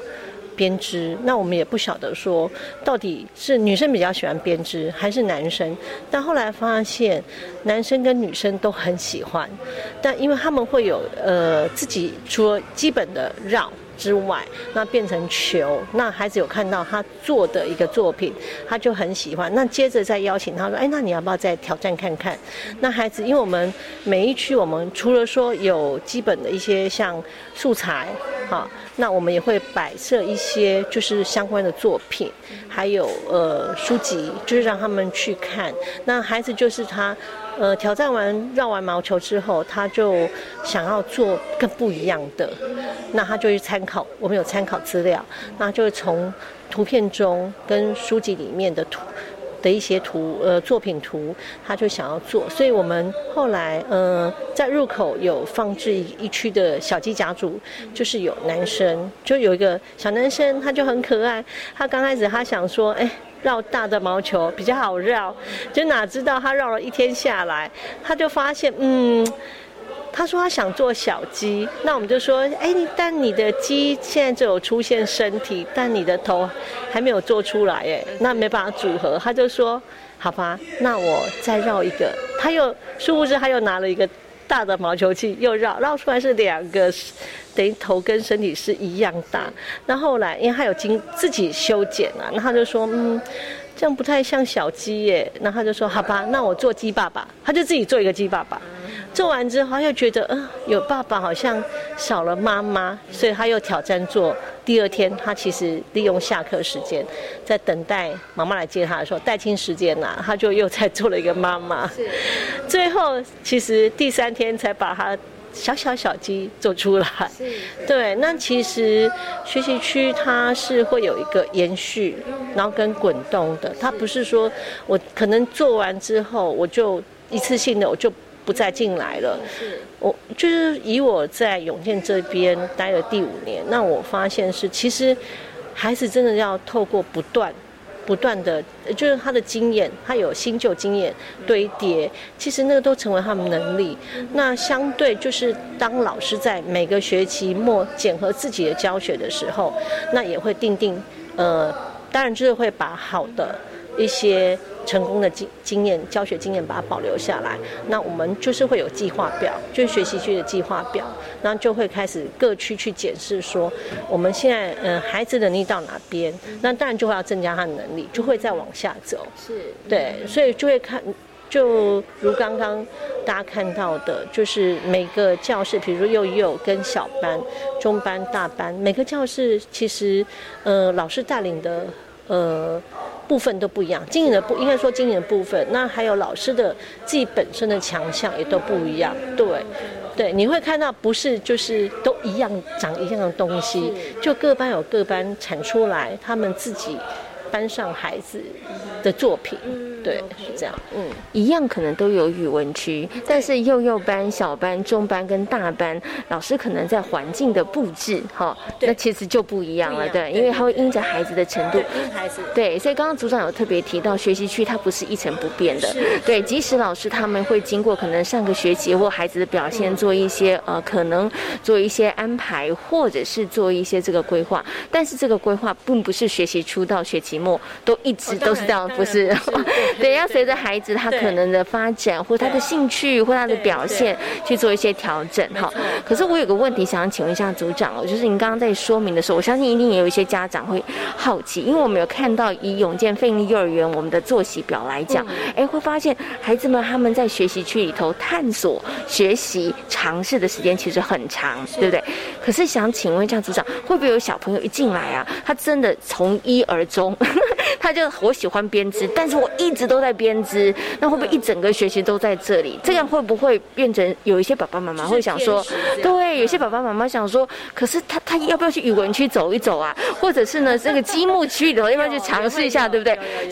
编织，那我们也不晓得说到底是女生比较喜欢编织还是男生，但后来发现男生跟女生都很喜欢，但因为他们会有呃自己除了基本的绕之外，那变成球，那孩子有看到他做的一个作品，他就很喜欢，那接着再邀请他说，哎，那你要不要再挑战看看？那孩子，因为我们每一区我们除了说有基本的一些像素材，好，那我们也会摆设一些就是相关的作品，还有呃书籍，就是让他们去看。那孩子就是他呃挑战完绕完毛球之后，他就想要做更不一样的，那他就去参考，我们有参考资料，那就会从图片中跟书籍里面的图的一些图呃作品图，他就想要做，所以我们后来呃在入口有放置一区的小鸡甲组，就是有男生，就有一个小男生，他就很可爱，他刚开始他想说，哎，绕大的毛球比较好绕，就哪知道他绕了一天下来，他就发现嗯。他说他想做小鸡，那我们就说，哎，但你的鸡现在只有出现身体，但你的头还没有做出来，哎，那没办法组合。他就说，好吧，那我再绕一个。他又殊不知他又拿了一个大的毛球器，又绕绕出来是两个，等于头跟身体是一样大。那后来因为他有经自己修剪啊，那他就说，嗯。这样不太像小鸡耶，那他就说好吧，那我做鸡爸爸，他就自己做一个鸡爸爸。做完之后，他又觉得，嗯、呃，有爸爸好像少了妈妈，所以他又挑战做。第二天，他其实利用下课时间，在等待妈妈来接他的时候，带亲时间呐、啊，他就又再做了一个妈妈。最后，其实第三天才把他。小小小鸡做出来，对，那其实学习区它是会有一个延续，然后跟滚动的，它不是说我可能做完之后我就一次性的我就不再进来了。我就是以我在永健这边待了第五年，那我发现是其实孩子真的要透过不断。不断的，就是他的经验，他有新旧经验堆叠，其实那个都成为他们能力。那相对就是当老师在每个学期末检核自己的教学的时候，那也会定定，呃，当然就是会把好的一些成功的经经验、教学经验把它保留下来。那我们就是会有计划表，就是学习区的计划表，然后就会开始各区去检视说，我们现在嗯、呃、孩子能力到哪边，那当然就会要增加他的能力，就会再往下走。是，对，所以就会看。就如刚刚大家看到的，就是每个教室，比如说幼幼跟小班、中班、大班，每个教室其实呃老师带领的呃部分都不一样，经营的不应该说经营的部分，那还有老师的自己本身的强项也都不一样，对。对，你会看到不是就是都一样长一样的东西，就各班有各班产出来他们自己班上孩子的作品，对，是这样。嗯， 一样可能都有语文区，但是幼幼班、小班、中班跟大班，老师可能在环境的布置，哈，那其实就不一样了，对，因为它会因着孩子的程度，孩子，对，所以刚刚组长有特别提到，学习区它不是一成不变的，对，即使老师他们会经过可能上个学期或孩子的表现做一些呃，可能做一些安排，或者是做一些这个规划，但是这个规划并不是学习初到学期末都一直都是这样，不是？对，要随着孩子他可能的发展，或他的兴趣，或他的表现去做一些调整。哈，可是我有个问题想要请问一下组长哦，就是您刚刚在说明的时候，我相信一定也有一些家长会好奇，因为我们有看到以永健费力幼儿园我们的作息表来讲，哎，会发现孩子们他们在学习区里头探索、学习、尝试的时间其实很长，对不对？可是想请问一下组长，会不会有小朋友一进来啊，他真的从一而终，他就我喜欢编织，但是我一直都在编织，那会不会一整个学期都在这里？这样会不会变成有一些爸爸妈妈会想说，对，有些爸爸妈妈想说，可是他他要不要去语文区走一走啊？或者是呢，这个积木区里头要不要去尝试一下，对不对？所以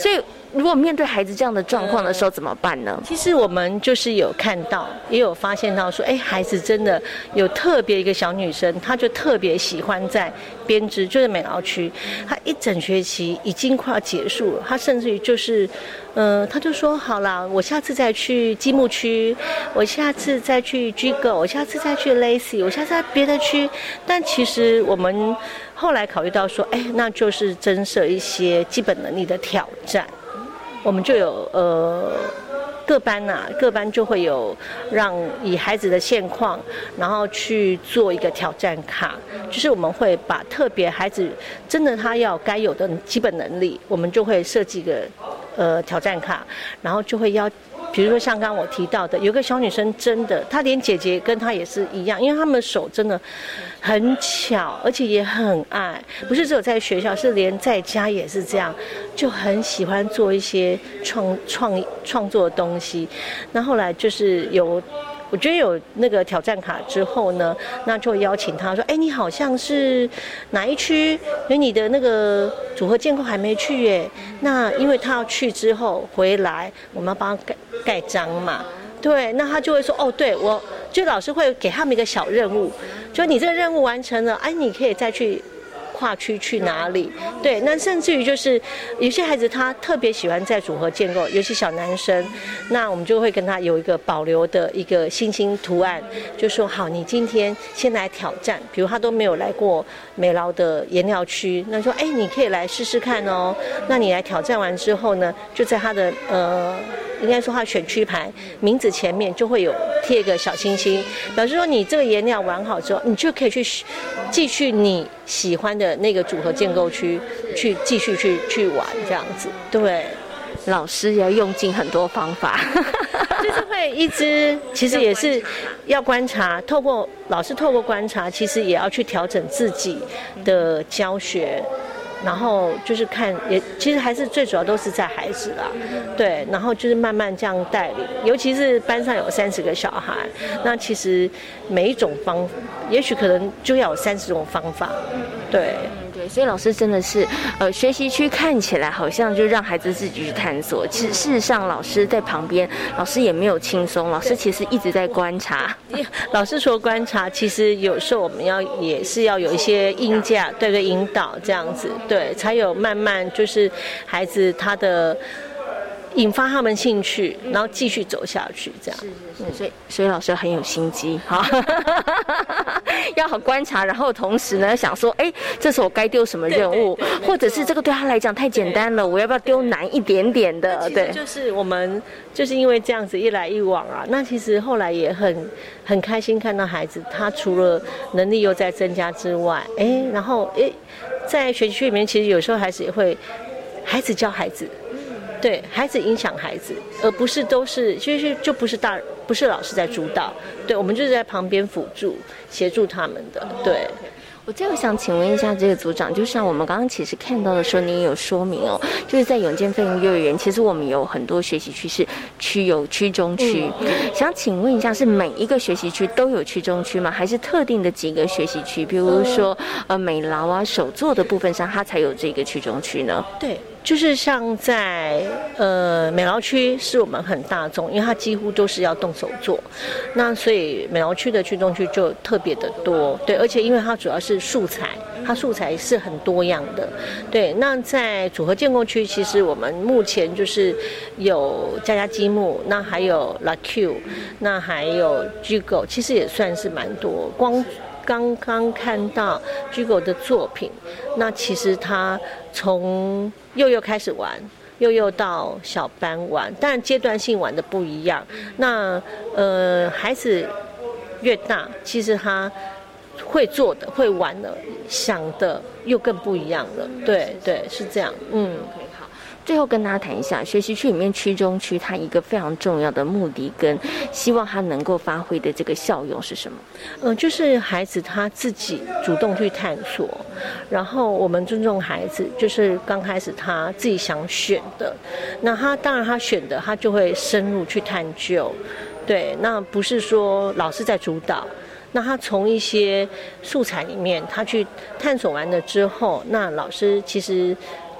如果面对孩子这样的状况的时候怎么办呢？ 其实我们就是有看到，也有发现到说，哎，孩子真的有特别一个小女生，她就特别喜欢在编织，就是美劳区，她一整学期已经快要结束了，她甚至于就是，呃，她就说好啦，我下次再去积木区，我下次再去 Gigo， 我下次再去 Lacy， 我下次在别的区。但其实我们后来考虑到说，哎，那就是增设一些基本能力的挑战。我们就有呃各班呐、啊，各班就会有让以孩子的现况，然后去做一个挑战卡，就是我们会把特别孩子真的他要该有的基本能力，我们就会设计一个呃挑战卡，然后就会邀。比如说像刚刚我提到的，有个小女生真的，她连姐姐跟她也是一样，因为她们手真的很巧，而且也很爱，不是只有在学校，是连在家也是这样，就很喜欢做一些创创创作的东西。那后来就是有。我觉得有那个挑战卡之后呢，那就邀请他说：“哎，你好像是哪一区？因为你的那个组合建构还没去耶。那因为他要去之后回来，我们要帮他盖盖章嘛。对，那他就会说：哦，对，我就老师会给他们一个小任务，就你这个任务完成了，哎，你可以再去。”跨区去哪里？对，那甚至于就是有些孩子他特别喜欢在组合建构，尤其小男生，那我们就会跟他有一个保留的一个星星图案，就说好，你今天先来挑战，比如他都没有来过美劳的颜料区，那说哎，你可以来试试看哦。那你来挑战完之后呢，就在他的呃。应该说他选区牌名字前面就会有贴一个小星星，表示说你这个颜料玩好之后，你就可以去继续你喜欢的那个组合建构区去继续去去玩这样子。对， 老师要用尽很多方法， 就是会一直其实也是要观察，透过老师透过观察，其实也要去调整自己的教学。然后就是看，也其实还是最主要都是在孩子啦，对，然后就是慢慢这样带领，尤其是班上有三十个小孩，那其实每一种方，也许可能就要有三十种方法，对。 对，所以老师真的是，呃，学习区看起来好像就让孩子自己去探索，其实事实上老师在旁边，老师也没有轻松，老师其实一直在观察。 老师说观察，其实有时候我们要也是要有一些引架，对对，引导这样子，对，才有慢慢就是孩子他的。引发他们兴趣，然后继续走下去，这样。是是是，所以所以老师很有心机，好，要好观察，然后同时呢想说，哎，这时候我该丢什么任务，或者是这个对他来讲太简单了，我要不要丢难一点点的？对， 就是我们就是因为这样子一来一往啊，那其实后来也很很开心看到孩子，他除了能力又在增加之外，哎，然后哎，在学习区里面，其实有时候孩子也会，孩子教孩子。对，孩子影响孩子，而不是都是，其实就不是大，不是老师在主导，对，我们就是在旁边辅助、协助他们的。对， 我最后想请问一下这个组长，就像我们刚刚其实看到的时候，你也有说明哦，就是在永健飞行幼儿园，其实我们有很多学习区是区有区中区，嗯、想请问一下，是每一个学习区都有区中区吗？还是特定的几个学习区，比如说呃美劳啊、手作的部分上，它才有这个区中区呢？ 对。就是像在呃美劳区是我们很大众，因为它几乎都是要动手做，那所以美劳区的区中区就特别的多，对，而且因为它主要是素材，它素材是很多样的，对。那在组合建构区，其实我们目前就是有家家积木，那还有 La Q， 那还有 Gigo， 其实也算是蛮多，光。刚刚看到 Gigo 的作品，那其实他从幼幼开始玩，幼幼到小班玩，当然阶段性玩的不一样。那呃，孩子越大，其实他会做的、会玩的、想的又更不一样了。对对，是这样。嗯。 最后跟大家谈一下，学习区里面区中区它一个非常重要的目的跟希望它能够发挥的这个效用是什么？ 呃，就是孩子他自己主动去探索，然后我们尊重孩子，就是刚开始他自己想选的，那他当然他选的他就会深入去探究，对，那不是说老师在主导。那他从一些素材里面他去探索完了之后，那老师其实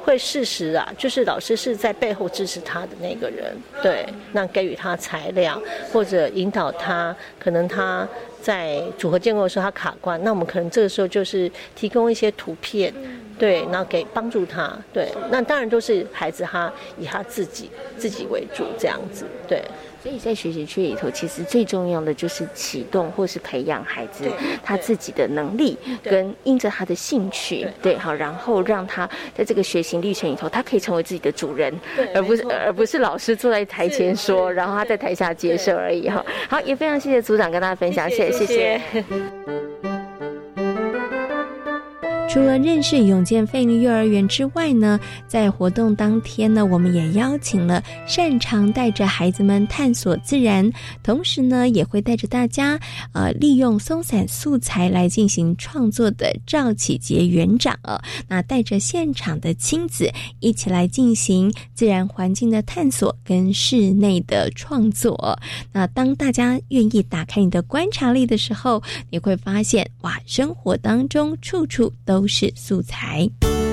会适时啊，就是老师是在背后支持他的那个人，对，那给予他材料或者引导他，可能他在组合建构的时候他卡关，那我们可能这个时候就是提供一些图片，对，然后给帮助他，对，那当然都是孩子他以他自己自己为主这样子，对。 所以在学习区里头，其实最重要的就是启动或是培养孩子他自己的能力，跟因着他的兴趣，对，好，然后让他在这个学习历程里头，他可以成为自己的主人，而不是而不是老师坐在台前说，然后他在台下接受而已哈。好，也非常谢谢组长跟大家分享，谢谢谢谢。除了认识永健费力幼儿园之外呢，在活动当天呢，我们也邀请了擅长带着孩子们探索自然，同时呢，也会带着大家呃利用松散素材来进行创作的赵启杰园长啊，那带着现场的亲子一起来进行自然环境的探索跟室内的创作。那当大家愿意打开你的观察力的时候，你会发现哇，生活当中处处都都是素材。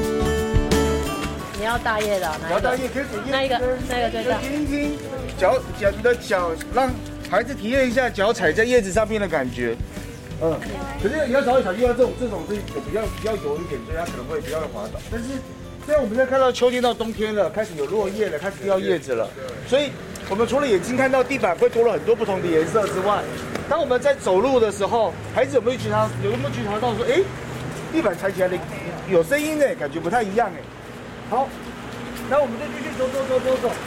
你要大叶的，哪一个？大叶可以那一个，那个最大。 听一听脚脚你的脚，让孩子体验一下脚踩在叶子上面的感觉。嗯，可是你要找小心，这种这种是比较比较油一点，所以它可能会比较滑倒。但是现在我们现在看到秋天到冬天了，开始有落叶了，开始掉叶子了，所以我们除了眼睛看到地板会多了很多不同的颜色之外，当我们在走路的时候，孩子有没有觉察有没有觉察到说，哎？地板踩起来的有声音呢，感觉不太一样哎。好，那我们就继续走走走走走。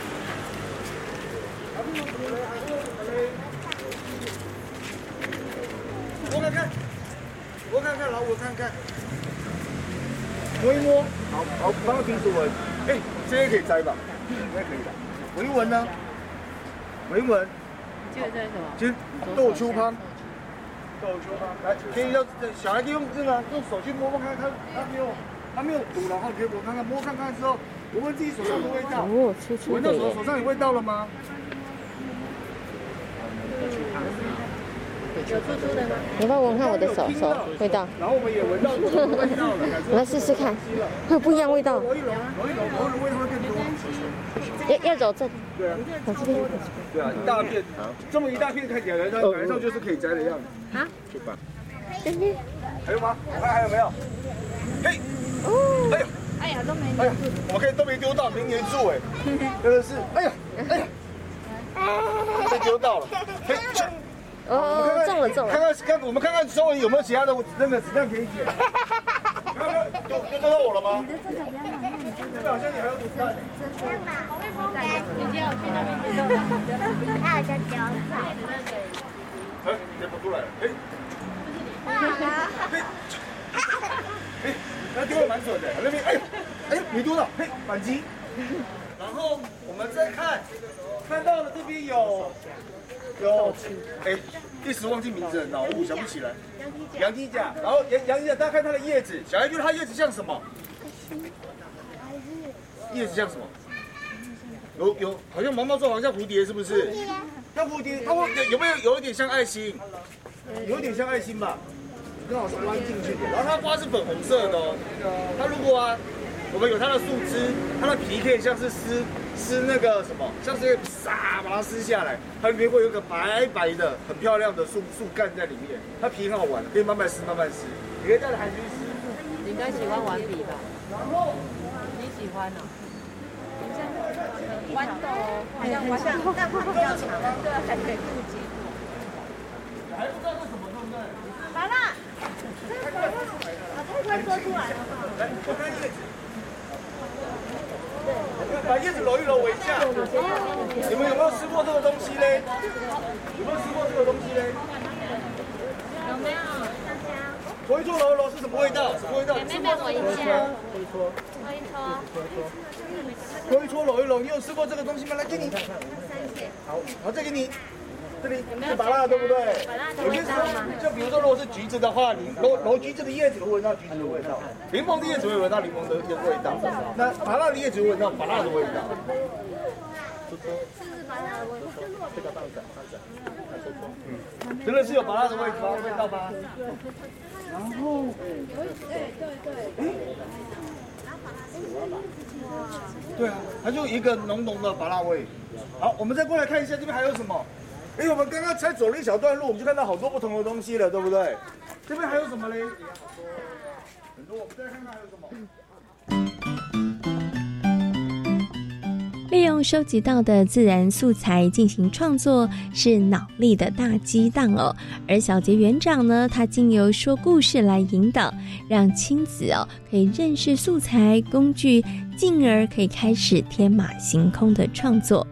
摸看看，摸看看，老五看看，摸一摸，好好帮他鼻子闻。哎，这些可以摘吧？应该可以的。闻一闻呢？闻一闻。这个摘什么？就是豆秋芳。豆秋芳，来，可以要小孩可以用这个用手去摸摸看，他他没有他没有毒，然后可以我看看摸看看之后，闻闻自己手上的味道。哦，粗粗的。闻到手手上有味道了吗？ 有粗粗的吗？你帮我闻看我的手手味道。然后我们也闻到味道了，我来试试看，会有不一样味道。揉一揉，揉一揉，揉一揉味道会更多。要要揉正。对啊，我这边。对啊，一大片，这么一大片看起来，感觉上就是可以摘的样子。啊？去吧。还有吗？我看还有没有？嘿，哦，哎呀，哎呀都没，哎呀，我可以都没丢到，明年住哎，真的是，哎呀，哎呀，被丢到了，嘿，哦，中了中了，看看看，我们看看周围有没有其他的那个子弹可以捡。看看，丢丢到我了吗？这个好像你还有子弹。你今天有去那边捡到吗？还有在交菜。哎，捡不出来了，哎。嘿，哎，那丢的蛮准的，那边，哎，哎，没丢到，嘿，反击。然后我们再看，看到了这边有有，哎，一时忘记名字了，脑雾想不起来。羊蹄甲，然后羊羊蹄甲，大家看它的叶子，小孩觉得它叶子像什么？叶子像什么？有有，好像毛毛状，好像蝴蝶，是不是？像蝴蝶，它会有没有有一点像爱心？有点像爱心吧，刚好是弯进去的。然后它花是粉红色的哦。它如果啊，我们有它的树枝，它的皮可以像是撕撕那个什么，像是撒把它撕下来，它里面会有一个白白的、很漂亮的树树干在里面。它皮很好玩，可以慢慢撕，慢慢撕。你可以带着孩子去撕。你应该喜欢玩笔吧？然后你喜欢呢？豌豆，好像豌豆，但它比较长，对，还可以顾及。还不知道是什么，对不对？来了，这个把太快说出来了吧？来，我看叶子。对，把叶子揉一揉，围一下。你们有没有吃过这个东西嘞？有没有吃过这个东西嘞？有没有？搓一搓，揉一揉是什么味道？什么味道？妹妹闻一下。搓一搓。搓一搓。搓一搓，揉一揉。你有吃过这个东西吗？来，给你。好，好，再给你。这里是芭乐，对不对？有些时候，就比如说，如果是橘子的话，你揉揉橘子的叶子会闻到橘子的味道；柠檬的叶子会闻到柠檬的味道；那芭乐的叶子会闻到芭乐的味道。是不是芭乐的味道？这个棒子，棒子，嗯，真的是有芭乐的味道味道吗？然后，对对对，哎。 对啊，它就一个浓浓的麻辣味。好，我们再过来看一下这边还有什么？哎，我们刚刚才走了一小段路，我们就看到好多不同的东西了，对不对？这边还有什么嘞？很多，我们再看看还有什么。 利用收集到的自然素材进行创作，是脑力的大激荡哦。而小杰园长呢，他经由说故事来引导，让亲子哦可以认识素材工具，进而可以开始天马行空的创作。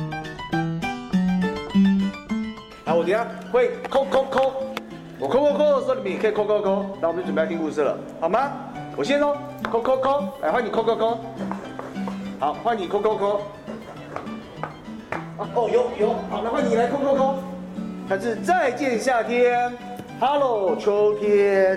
好，我等一下会扣扣扣，我扣扣扣的时候，你们也可以扣扣扣。那我们就准备要听故事了，好吗？我先哦，扣扣扣，来换你扣扣扣。好，换你扣扣扣。哦，有有，好，来换你来扣扣扣。它是再见夏天 ，Hello 秋天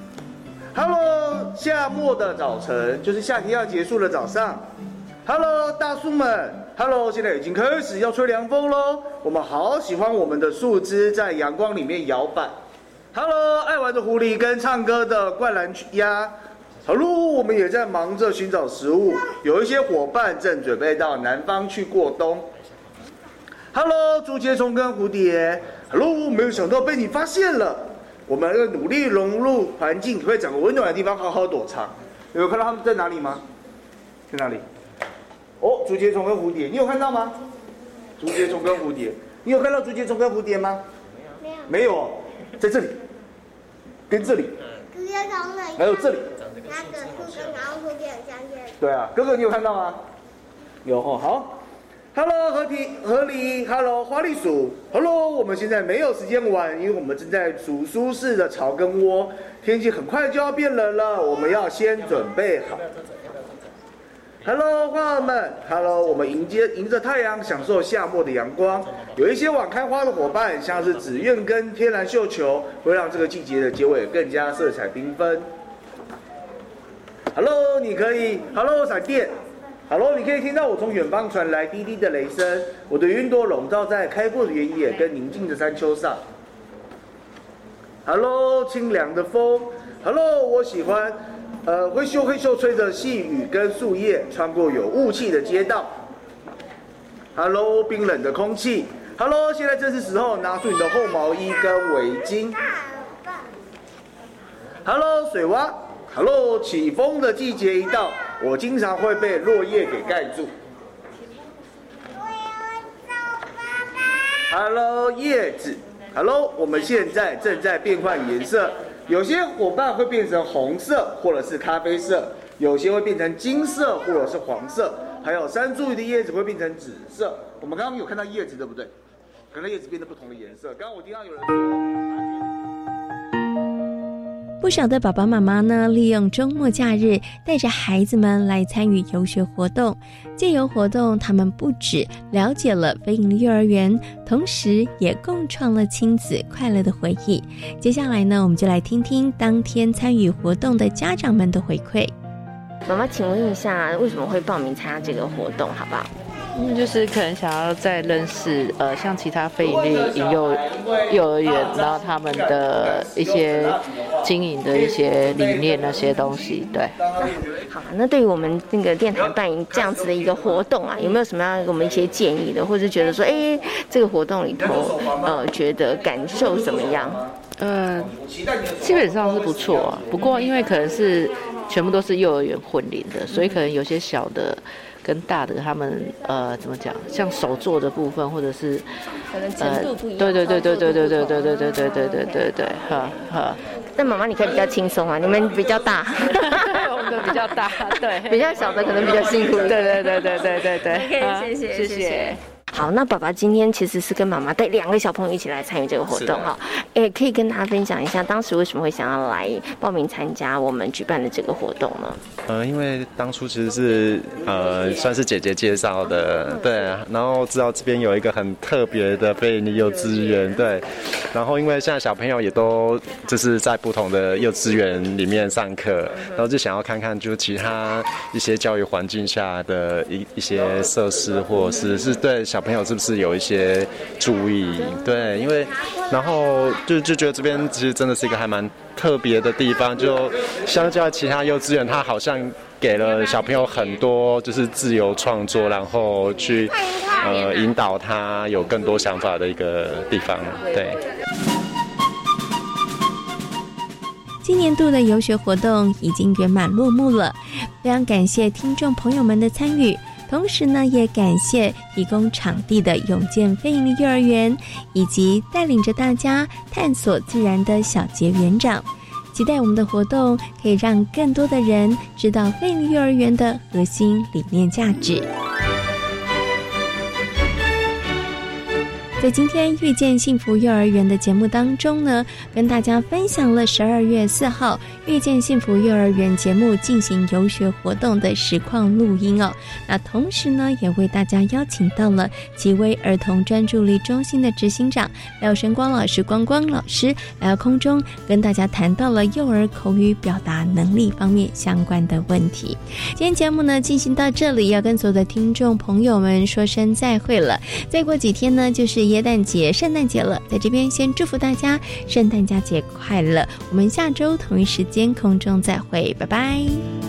，Hello 夏末的早晨，就是夏天要结束的早上。Hello 大树们 ，Hello 现在已经开始要吹凉风喽。我们好喜欢我们的树枝在阳光里面摇摆。Hello 爱玩的狐狸跟唱歌的灌篮鸭。Hello， 我们也在忙着寻找食物，有一些伙伴正准备到南方去过冬。Hello， 竹节虫跟蝴蝶。Hello， 没有想到被你发现了。我们要努力融入环境，会找个温暖的地方好好躲藏。有看到他们在哪里吗？在哪里？哦，竹节虫跟蝴蝶，你有看到吗？竹节虫跟蝴蝶，你有看到竹节虫跟蝴蝶吗？没有。没有哦，在这里，跟这里，还有这里。 那个树跟然后蝴蝶很相似。 对啊，哥哥你有看到吗？有哦，好。Hello， 河狸，河狸 ，Hello， 花栗鼠 ，Hello， 我们现在没有时间玩，因为我们正在煮舒适的草根窝，天气很快就要变冷了，我们要先准备好。Hello， 花儿们 ，Hello， 我们迎接迎着太阳，享受夏末的阳光。有一些晚开花的伙伴，像是紫苑跟天蓝绣球，会让这个季节的结尾更加色彩缤纷。Hello， 你可以 ，Hello， 闪电。Hello， 你可以听到我从远方传来滴滴的雷声。我的云朵笼罩在开阔的原野跟宁静的山丘上。Hello， 清凉的风。Hello， 我喜欢，呃，灰咻灰咻吹着细雨跟树叶穿过有雾气的街道。Hello， 冰冷的空气。Hello， 现在正是时候拿出你的厚毛衣跟围巾。Hello， 水洼。Hello， 起风的季节一到，我经常会被落叶给盖住。Hello， 叶子。Hello， 我们现在正在变换颜色，有些伙伴会变成红色或者是咖啡色，有些会变成金色或者是黄色，还有山茱萸的叶子会变成紫色。我们刚刚有看到叶子，对不对？可能叶子变得不同的颜色。刚刚我听到有人说。 不少的爸爸妈妈呢，利用周末假日带着孩子们来参与游学活动。借由活动，他们不只了解了非营利幼儿园，同时也共创了亲子快乐的回忆。接下来呢，我们就来听听当天参与活动的家长们的回馈。 妈妈，请问一下，为什么会报名参加这个活动，好不好？ 嗯，就是可能想要再认识呃，像其他非营利婴幼幼儿园，然后他们的一些经营的一些理念那些东西，对。 好，那对于我们那个电台办这样子的一个活动啊，有没有什么样给我们一些建议的，或者觉得说，哎，这个活动里头，呃，觉得感受怎么样？ 呃，基本上是不错啊，不过因为可能是全部都是幼儿园混龄的，所以可能有些小的。跟大的他们呃怎么讲，像手做的部分或者是可能程度不一样， 对对对对对对对对对对对对对对对，哈哈。 但妈妈你可以比较轻松啊，你们比较大， 我们比较大，对， 比较小的可能比较辛苦， 对对对对对对对。 OK， 谢谢谢谢。好，那爸爸今天其实是跟妈妈带两个小朋友一起来参与这个活动哈，哎，可以跟大家分享一下当时为什么会想要来报名参加我们举办的这个活动呢？ 呃，因为当初其实是呃算是姐姐介绍的，对，然后知道这边有一个很特别的非营利幼稚园，对，然后因为现在小朋友也都就是在不同的幼稚园里面上课，然后就想要看看就其他一些教育环境下的一一些设施，或者是是对小朋友是不是有一些注意，对，因为然后就就觉得这边其实真的是一个还蛮特别的地方，就相较其他幼稚园，它好像给了小朋友很多就是自由创作，然后去呃引导他有更多想法的一个地方。对。 今年度的游学活动已经圆满落幕了，非常感谢听众朋友们的参与，同时呢，也感谢提供场地的永健非营利幼儿园，以及带领着大家探索自然的小杰园长。期待我们的活动可以让更多的人知道非营利幼儿园的核心理念价值。在今天遇见幸福幼儿园的节目当中呢，跟大家分享了十二月四号遇见幸福幼儿园节目进行游学活动的实况录音哦。那同时呢，也为大家邀请到了奇威儿童专注力中心的执行长廖笙光老师光光老师来到空中，跟大家谈到了幼儿口语表达能力方面相关的问题。今天节目呢进行到这里，要跟所有的听众朋友们说声再会了。再过几天呢，就是耶诞节、圣诞节了，在这边先祝福大家圣诞佳节快乐。我们下周同一时间空中再会，拜拜。